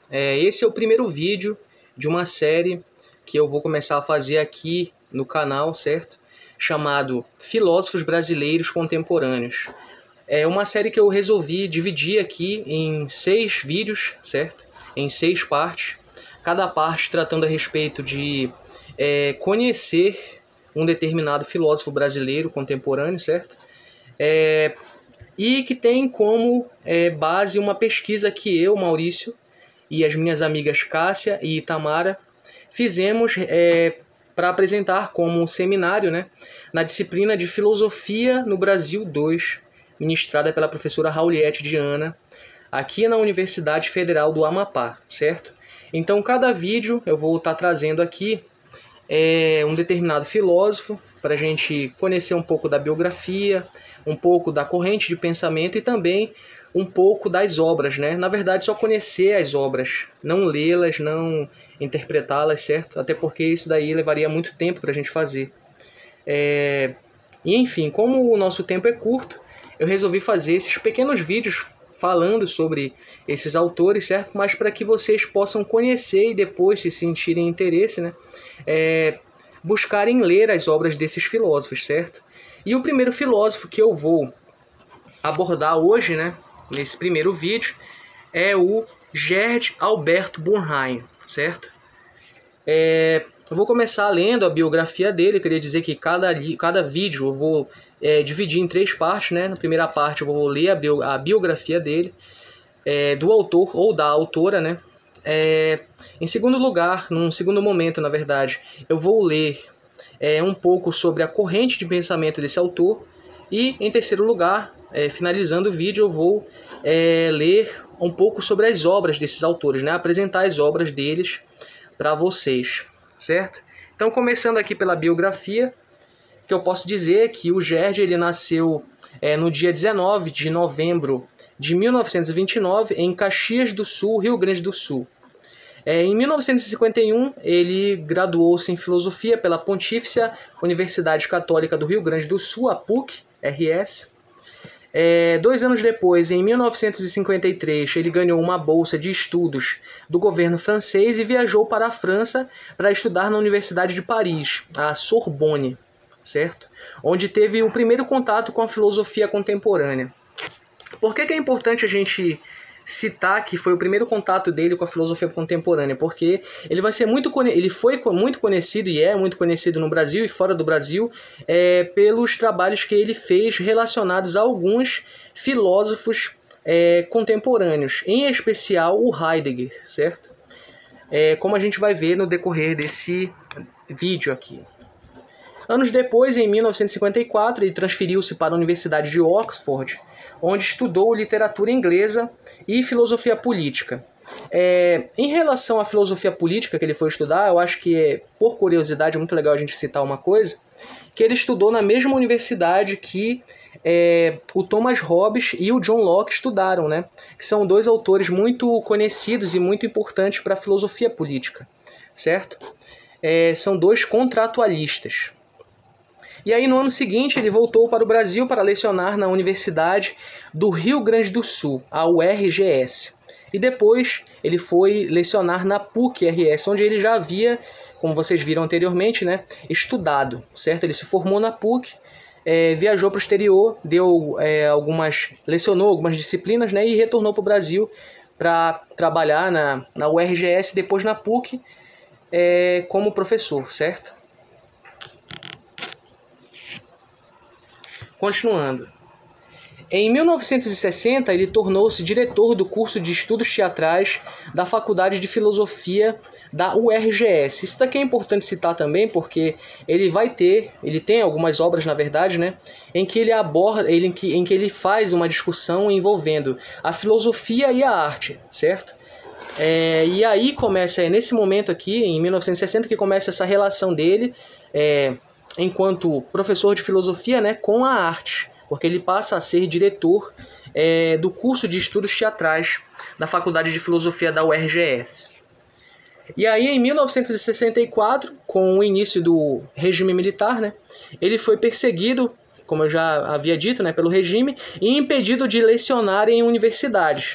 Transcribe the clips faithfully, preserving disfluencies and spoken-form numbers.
É, esse é o primeiro vídeo de uma série que eu vou começar a fazer aqui no canal, certo? Chamado Filósofos Brasileiros Contemporâneos. É uma série que eu resolvi dividir aqui em seis vídeos, certo? Em seis partes. Cada parte tratando a respeito de é, conhecer um determinado filósofo brasileiro contemporâneo, certo? É, e que tem como é, base uma pesquisa que eu, Maurício, e as minhas amigas Cássia e Itamara fizemos é, para apresentar como um seminário, né, na disciplina de Filosofia no Brasil dois, ministrada pela professora Rauliette Diana, aqui na Universidade Federal do Amapá, certo? Então, cada vídeo eu vou estar trazendo aqui é, um determinado filósofo para a gente conhecer um pouco da biografia, um pouco da corrente de pensamento e também um pouco das obras, né? Na verdade, só conhecer as obras, não lê-las, não interpretá-las, certo? Até porque isso daí levaria muito tempo para a gente fazer. É... E, enfim, como o nosso tempo é curto, eu resolvi fazer esses pequenos vídeos falando sobre esses autores, certo? Mas para que vocês possam conhecer e depois, se sentirem interesse, né? É... buscarem ler as obras desses filósofos, certo? E o primeiro filósofo que eu vou abordar hoje, né, nesse primeiro vídeo, é o Gerd Alberto Burnheim, certo? É, eu vou começar lendo a biografia dele. Eu queria dizer que cada, cada vídeo eu vou é, dividir em três partes, né? Na primeira parte eu vou ler a, bio, a biografia dele, é, do autor ou da autora, né? É, em segundo lugar, num segundo momento, na verdade, eu vou ler é, um pouco sobre a corrente de pensamento desse autor. E, em terceiro lugar, é, finalizando o vídeo, eu vou é, ler um pouco sobre as obras desses autores, né? Apresentar as obras deles para vocês, certo? Então, começando aqui pela biografia, que eu posso dizer que o Gerd, ele nasceu é, no dia dezenove de novembro de mil novecentos e vinte e nove, em Caxias do Sul, Rio Grande do Sul. É, em mil novecentos e cinquenta e um, ele graduou-se em Filosofia pela Pontifícia Universidade Católica do Rio Grande do Sul, a P U C R S. É, dois anos depois, em mil novecentos e cinquenta e três, ele ganhou uma bolsa de estudos do governo francês e viajou para a França para estudar na Universidade de Paris, a Sorbonne, certo? Onde teve o primeiro contato com a filosofia contemporânea. Por que que é importante a gente citar que foi o primeiro contato dele com a filosofia contemporânea? Porque ele vai ser muito ele foi muito conhecido e é muito conhecido no Brasil e fora do Brasil é, pelos trabalhos que ele fez relacionados a alguns filósofos é, contemporâneos, em especial o Heidegger, certo? É, como a gente vai ver no decorrer desse vídeo aqui. Anos depois, em mil novecentos e cinquenta e quatro, ele transferiu-se para a Universidade de Oxford, onde estudou literatura inglesa e filosofia política. É, em relação à filosofia política que ele foi estudar, eu acho que, é, por curiosidade, é muito legal a gente citar uma coisa, que ele estudou na mesma universidade que é, o Thomas Hobbes e o John Locke estudaram, né? Que são dois autores muito conhecidos e muito importantes para a filosofia política, certo? É, são dois contratualistas. E aí, no ano seguinte, ele voltou para o Brasil para lecionar na Universidade do Rio Grande do Sul, a U R G S. E depois ele foi lecionar na P U C R S, onde ele já havia, como vocês viram anteriormente, né, estudado, certo? Ele se formou na P U C, é, viajou para o exterior, deu, é, algumas, lecionou algumas disciplinas, né, e retornou para o Brasil para trabalhar na, na U R G S, depois na P U C, é, como professor, certo? Continuando. Em mil novecentos e sessenta, ele tornou-se diretor do curso de estudos teatrais da Faculdade de Filosofia da U R G S. Isso daqui é importante citar também, porque ele vai ter, ele tem algumas obras, na verdade, né, em que ele aborda, ele, em, que, em que ele faz uma discussão envolvendo a filosofia e a arte, certo? É, e aí começa, é nesse momento aqui, em mil novecentos e sessenta, que começa essa relação dele, é, enquanto professor de filosofia, né, com a arte, porque ele passa a ser diretor é, do curso de estudos teatrais da Faculdade de Filosofia da U R G S. E aí, em mil novecentos e sessenta e quatro, com o início do regime militar, né, ele foi perseguido, como eu já havia dito, né, pelo regime, e impedido de lecionar em universidades.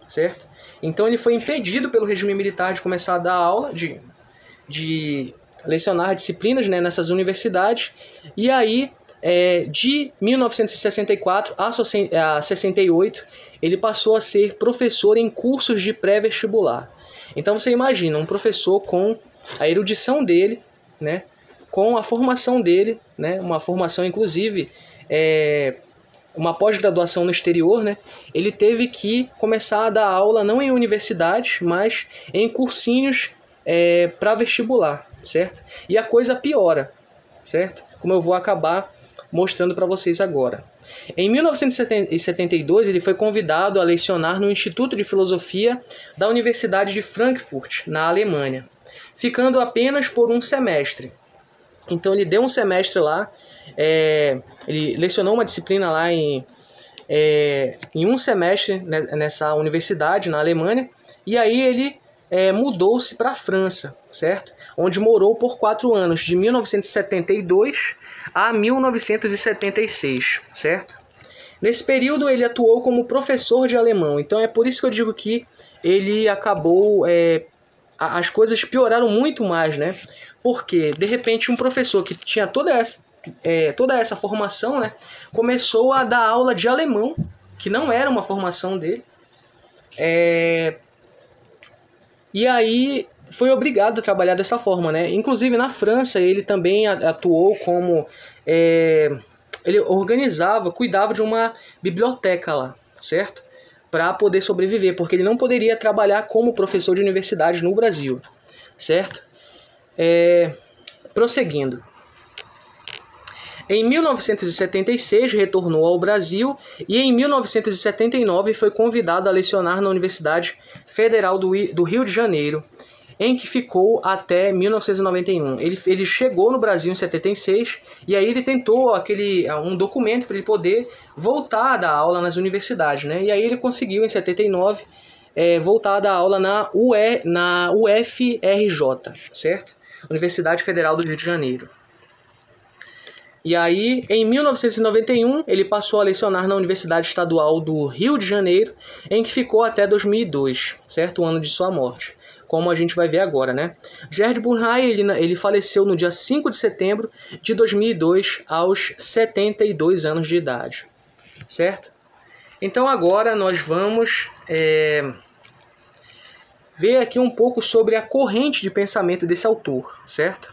certo? Então ele foi impedido pelo regime militar de começar a dar aula, de, de lecionar disciplinas, né, nessas universidades, e aí é, de mil novecentos e sessenta e quatro a sessenta e oito ele passou a ser professor em cursos de pré-vestibular. Então você imagina um professor com a erudição dele, né, com a formação dele, né, uma formação inclusive é, uma pós-graduação no exterior, né, ele teve que começar a dar aula não em universidades, mas em cursinhos é, para vestibular, certo? E a coisa piora, certo? Como eu vou acabar mostrando para vocês agora. Em mil novecentos e setenta e dois, ele foi convidado a lecionar no Instituto de Filosofia da Universidade de Frankfurt, na Alemanha, ficando apenas por um semestre. Então ele deu um semestre lá, é, ele lecionou uma disciplina lá em, é, em um semestre nessa universidade na Alemanha, e aí ele é, mudou-se para a França, certo? Onde morou por quatro anos, de mil novecentos e setenta e dois a mil novecentos e setenta e seis, certo? Nesse período ele atuou como professor de alemão, então é por isso que eu digo que ele acabou... É, as coisas pioraram muito mais, né? Porque, de repente, um professor que tinha toda essa, é, toda essa formação, né, começou a dar aula de alemão, que não era uma formação dele, é, e aí foi obrigado a trabalhar dessa forma, né? Inclusive, na França, ele também atuou como... É, ele organizava, cuidava de uma biblioteca lá, certo? Para poder sobreviver, porque ele não poderia trabalhar como professor de universidade no Brasil, certo? É, prosseguindo. Em mil novecentos e setenta e seis retornou ao Brasil e em mil novecentos e setenta e nove foi convidado a lecionar na Universidade Federal do, do Rio de Janeiro, em que ficou até mil novecentos e noventa e um. Ele, ele chegou no Brasil em setenta e seis e aí ele tentou aquele, um documento para ele poder voltar a dar aula nas universidades, né? E aí ele conseguiu em setenta e nove é, voltar a dar aula na, U E, na U F R J, certo? Universidade Federal do Rio de Janeiro. E aí, em mil novecentos e noventa e um, ele passou a lecionar na Universidade Estadual do Rio de Janeiro, em que ficou até dois mil e dois, certo? O ano de sua morte, como a gente vai ver agora, né? Gerd Burnhey, ele, ele faleceu no dia cinco de setembro de dois mil e dois, aos setenta e dois anos de idade, certo? Então agora nós vamos é, ver aqui um pouco sobre a corrente de pensamento desse autor, certo?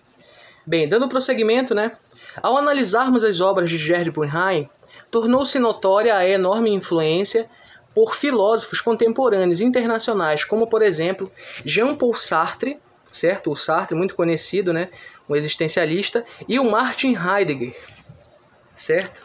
Bem, dando prosseguimento, né? Ao analisarmos as obras de Gerd Burnhey, tornou-se notória a enorme influência por filósofos contemporâneos internacionais, como, por exemplo, Jean-Paul Sartre, certo? O Sartre, muito conhecido, né? Um existencialista, e o Martin Heidegger, certo?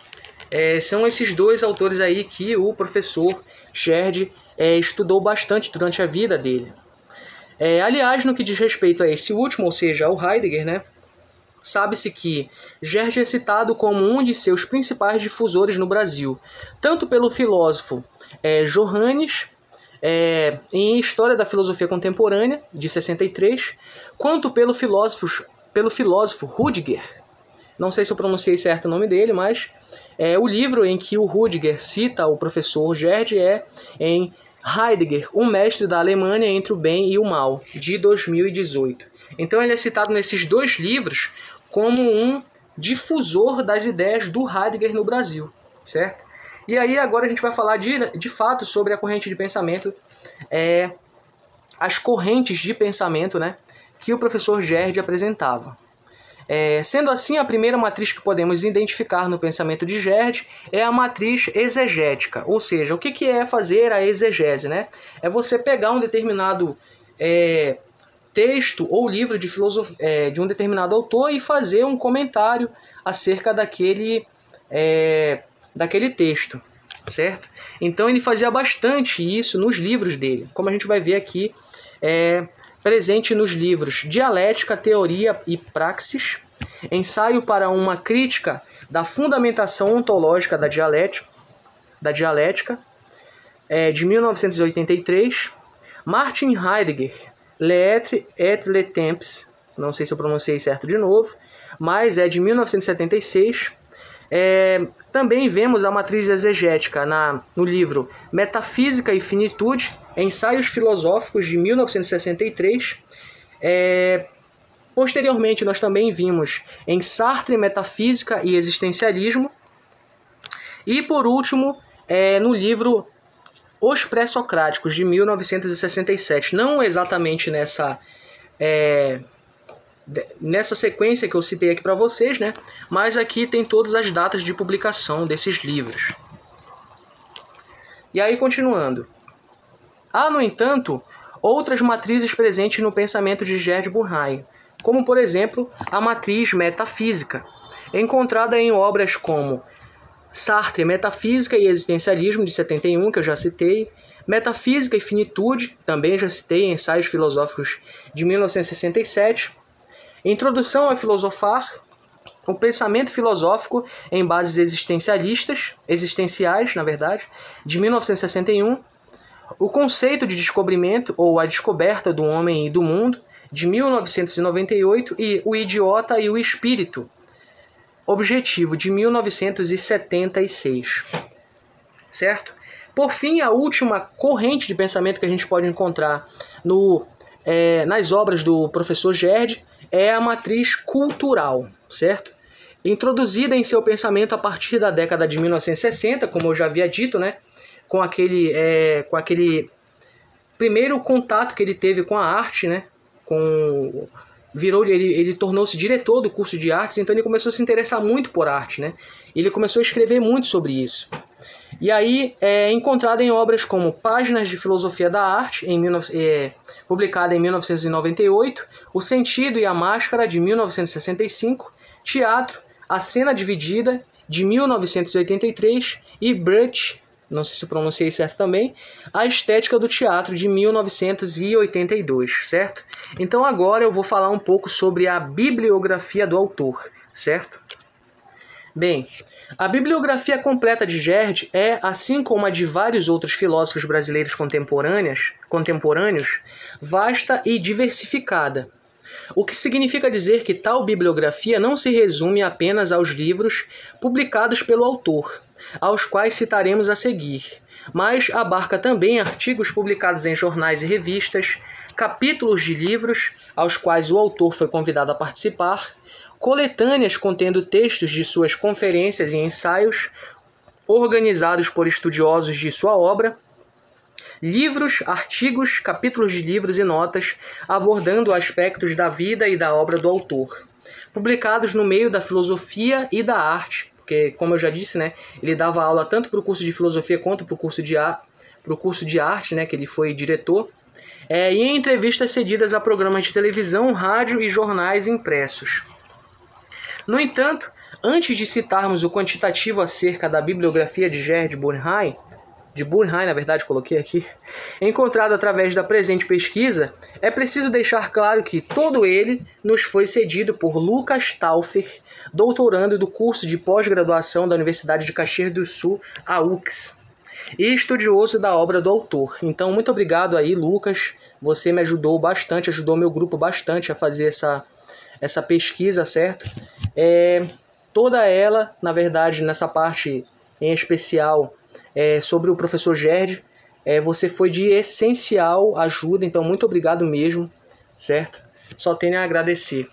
É, são esses dois autores aí que o professor Gerd é, estudou bastante durante a vida dele. É, aliás, no que diz respeito a esse último, ou seja, ao Heidegger, né? Sabe-se que Gerd é citado como um de seus principais difusores no Brasil, tanto pelo filósofo é, Johannes, é, em História da Filosofia Contemporânea, de sessenta e três, quanto pelo filósofo, pelo filósofo Rudiger. Não sei se eu pronunciei certo o nome dele, mas é, o livro em que o Rudiger cita o professor Gerd é em Heidegger, o mestre da Alemanha entre o bem e o mal, de dois mil e dezoito. Então ele é citado nesses dois livros como um difusor das ideias do Heidegger no Brasil, certo? E aí agora a gente vai falar de, de fato sobre a corrente de pensamento, é, as correntes de pensamento, né, que o professor Gerd apresentava. É, sendo assim, a primeira matriz que podemos identificar no pensamento de Gerd é a matriz exegética, ou seja, o que, que é fazer a exegese, né? É você pegar um determinado é, texto ou livro de, filosofia, é, de um determinado autor e fazer um comentário acerca daquele, é, daquele texto, certo? Então ele fazia bastante isso nos livros dele, como a gente vai ver aqui, é, presente nos livros Dialética, Teoria e Praxis, Ensaio para uma Crítica da Fundamentação Ontológica da Dialética, da dialética é, de mil novecentos e oitenta e três, Martin Heidegger, L'Être et le Temps, não sei se eu pronunciei certo de novo, mas é de mil novecentos e setenta e seis, É, também vemos a matriz exegética na, no livro Metafísica e Finitude, Ensaios Filosóficos, de mil novecentos e sessenta e três. É, posteriormente, nós também vimos em Sartre, Metafísica e Existencialismo. E, por último, é, no livro Os Pré-Socráticos, de mil novecentos e sessenta e sete. Não exatamente nessa... É, nessa sequência que eu citei aqui para vocês, né? Mas aqui tem todas as datas de publicação desses livros. E aí, continuando. Há, no entanto, outras matrizes presentes no pensamento de Gerd Burnheim, como, por exemplo, a matriz metafísica, encontrada em obras como Sartre, Metafísica e Existencialismo, de setenta e um, que eu já citei, Metafísica e Finitude, também já citei, Ensaios Filosóficos, de mil novecentos e sessenta e sete, Introdução a Filosofar, o pensamento filosófico em bases existencialistas, existenciais, na verdade, de mil novecentos e sessenta e um, o conceito de descobrimento ou a descoberta do homem e do mundo, de mil novecentos e noventa e oito, e O Idiota e o Espírito, objetivo, de mil novecentos e setenta e seis. Certo? Por fim, a última corrente de pensamento que a gente pode encontrar no, é, nas obras do professor Gerd é a matriz cultural, certo? Introduzida em seu pensamento a partir da década de mil novecentos e sessenta, como eu já havia dito, né? Com aquele, é, com aquele primeiro contato que ele teve com a arte, né? Com, virou, ele, ele tornou-se diretor do curso de artes, então ele começou a se interessar muito por arte, né? Ele começou a escrever muito sobre isso. E aí é encontrada em obras como Páginas de Filosofia da Arte, em, é, publicada em mil novecentos e noventa e oito, O Sentido e a Máscara, de mil novecentos e sessenta e cinco, Teatro, A Cena Dividida, de mil novecentos e oitenta e três, e Brecht, não sei se pronunciei certo também, A Estética do Teatro, de mil novecentos e oitenta e dois, certo? Então agora eu vou falar um pouco sobre a bibliografia do autor, certo? Bem, a bibliografia completa de Gerd é, assim como a de vários outros filósofos brasileiros contemporâneos, contemporâneos, vasta e diversificada. O que significa dizer que tal bibliografia não se resume apenas aos livros publicados pelo autor, aos quais citaremos a seguir, mas abarca também artigos publicados em jornais e revistas, capítulos de livros aos quais o autor foi convidado a participar, coletâneas contendo textos de suas conferências e ensaios, organizados por estudiosos de sua obra, livros, artigos, capítulos de livros e notas abordando aspectos da vida e da obra do autor, publicados no meio da filosofia e da arte, porque, como eu já disse, né, ele dava aula tanto para o curso de filosofia quanto para o curso de, para o curso de arte, né, que ele foi diretor, é, e em entrevistas cedidas a programas de televisão, rádio e jornais impressos. No entanto, antes de citarmos o quantitativo acerca da bibliografia de Gerd Burnheim, de Burnheim, na verdade, coloquei aqui, encontrado através da presente pesquisa, é preciso deixar claro que todo ele nos foi cedido por Lucas Taufer, doutorando do curso de pós-graduação da Universidade de Caxias do Sul, a U C S, e estudioso da obra do autor. Então, muito obrigado aí, Lucas, você me ajudou bastante, ajudou meu grupo bastante a fazer essa, essa pesquisa, certo? É, toda ela, na verdade, nessa parte em especial, é, sobre o professor Gerd, é, você foi de essencial ajuda, então muito obrigado mesmo, certo? Só tenho a agradecer.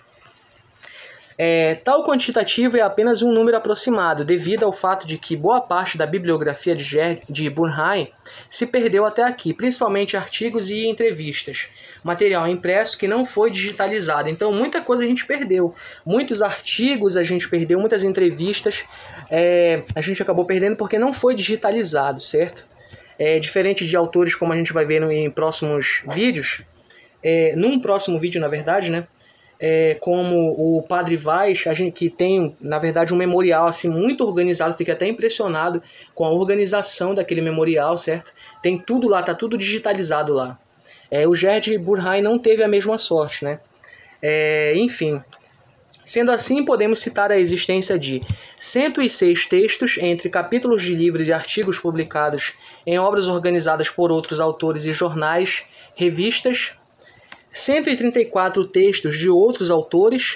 É, tal quantitativo é apenas um número aproximado, devido ao fato de que boa parte da bibliografia de, Gerd, de Burnheim se perdeu até aqui, principalmente artigos e entrevistas, material impresso que não foi digitalizado. Então muita coisa a gente perdeu, muitos artigos a gente perdeu, muitas entrevistas é, a gente acabou perdendo porque não foi digitalizado, certo? É, diferente de autores como a gente vai ver no, em próximos vídeos, é, num próximo vídeo na verdade, né? É, como o Padre Vaz, a gente, que tem, na verdade, um memorial assim, muito organizado, fica até impressionado com a organização daquele memorial, certo? Tem tudo lá, tá tudo digitalizado lá. É, o Gerd Burnheim não teve a mesma sorte, né? É, enfim, sendo assim, podemos citar a existência de cento e seis textos entre capítulos de livros e artigos publicados em obras organizadas por outros autores e jornais, revistas, cento e trinta e quatro textos de outros autores,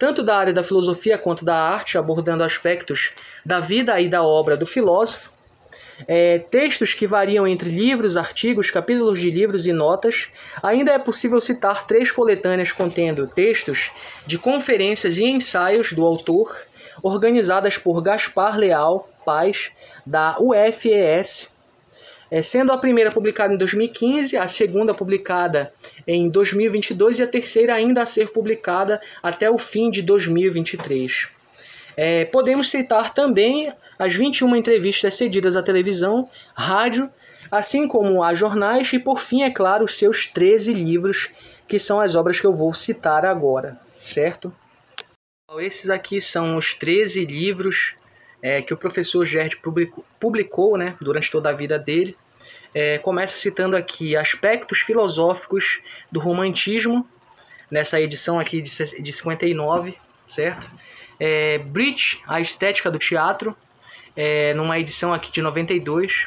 tanto da área da filosofia quanto da arte, abordando aspectos da vida e da obra do filósofo. É, textos que variam entre livros, artigos, capítulos de livros e notas. Ainda é possível citar três coletâneas contendo textos de conferências e ensaios do autor, organizadas por Gaspar Leal Paz, da U F E S, é, sendo a primeira publicada em dois mil e quinze, a segunda publicada em dois mil e vinte e dois e a terceira ainda a ser publicada até o fim de dois mil e vinte e três. É, podemos citar também as vinte e uma entrevistas cedidas à televisão, rádio, assim como a jornais e, por fim, é claro, os seus treze livros, que são as obras que eu vou citar agora, certo? Esses aqui são os treze livros é, que o professor Gerd publicou, publicou né, durante toda a vida dele. É, começa citando aqui aspectos filosóficos do romantismo, nessa edição aqui de, de cinquenta e nove, certo? É, Brecht, a estética do teatro, é, numa edição aqui de noventa e dois.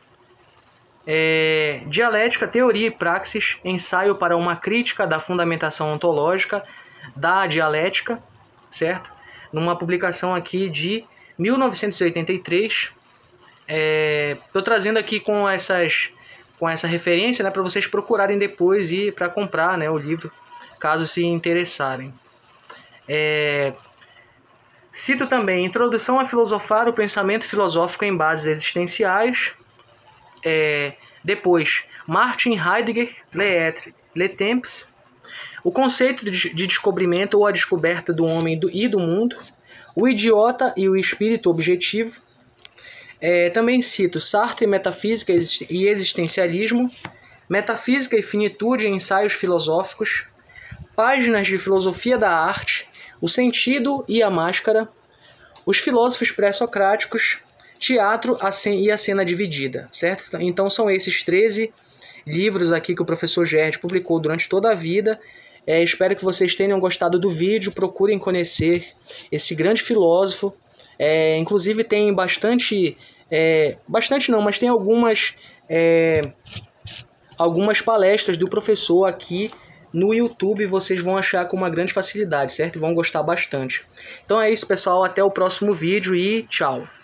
É, Dialética, Teoria e Praxis, ensaio para uma crítica da fundamentação ontológica da dialética, certo? Numa publicação aqui de mil novecentos e oitenta e três. Estou é, trazendo aqui com, essas, com essa referência, né, para vocês procurarem depois e para comprar, né, o livro, caso se interessarem. É, cito também Introdução a Filosofar, o Pensamento Filosófico em Bases Existenciais. É, depois, Martin Heidegger, Le, Le Temps, o conceito de, de descobrimento ou a descoberta do homem do, e do mundo, o idiota e o espírito objetivo. É, também cito Sartre, Metafísica e Existencialismo, Metafísica e Finitude em Ensaios Filosóficos, Páginas de Filosofia da Arte, O Sentido e a Máscara, Os Filósofos Pré-Socráticos, Teatro e a Cena Dividida, certo? Então são esses treze livros aqui que o professor Gerd publicou durante toda a vida. É, espero que vocês tenham gostado do vídeo, procurem conhecer esse grande filósofo. É, inclusive tem bastante, é, bastante não, mas tem algumas, é, algumas palestras do professor aqui no YouTube, vocês vão achar com uma grande facilidade, certo? E vão gostar bastante. Então é isso, pessoal, até o próximo vídeo e tchau!